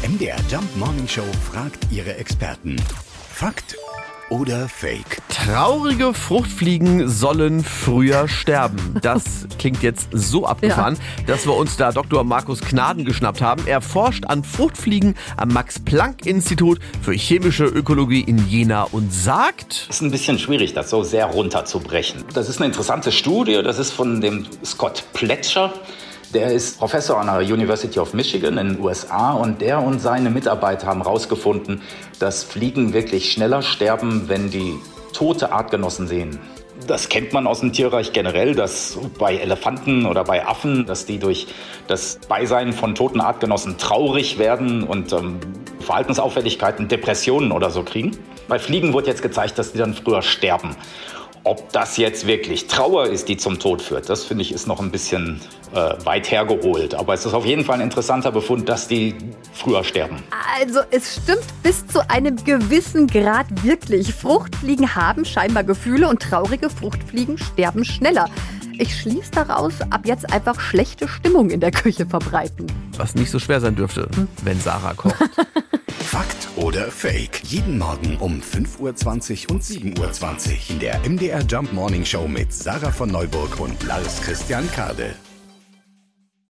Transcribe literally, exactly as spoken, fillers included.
M D R Jump Morning Show fragt ihre Experten. Fakt oder Fake? Traurige Fruchtfliegen sollen früher sterben. Das klingt jetzt so abgefahren, ja. dass wir uns da Doktor Markus Knaden geschnappt haben. Er forscht an Fruchtfliegen am Max-Planck-Institut für chemische Ökologie in Jena und sagt... Es ist ein bisschen schwierig, das so sehr runterzubrechen. Das ist eine interessante Studie, das ist von dem Scott Pletcher. Der ist Professor an der University of Michigan in den U S A und der und seine Mitarbeiter haben herausgefunden, dass Fliegen wirklich schneller sterben, wenn die tote Artgenossen sehen. Das kennt man aus dem Tierreich generell, dass bei Elefanten oder bei Affen, dass die durch das Beisein von toten Artgenossen traurig werden und ähm, Verhaltensauffälligkeiten, Depressionen oder so kriegen. Bei Fliegen wurde jetzt gezeigt, dass die dann früher sterben. Ob das jetzt wirklich Trauer ist, die zum Tod führt, das finde ich ist noch ein bisschen äh, weit hergeholt. Aber es ist auf jeden Fall ein interessanter Befund, dass die früher sterben. Also es stimmt bis zu einem gewissen Grad wirklich. Fruchtfliegen haben scheinbar Gefühle und traurige Fruchtfliegen sterben schneller. Ich schließe daraus, ab jetzt einfach schlechte Stimmung in der Küche verbreiten. Was nicht so schwer sein dürfte, hm. wenn Sarah kocht. Fakt oder Fake? Jeden Morgen um fünf Uhr zwanzig und sieben Uhr zwanzig in der M D R Jump Morning Show mit Sarah von Neuburg und Lars Christian Kade.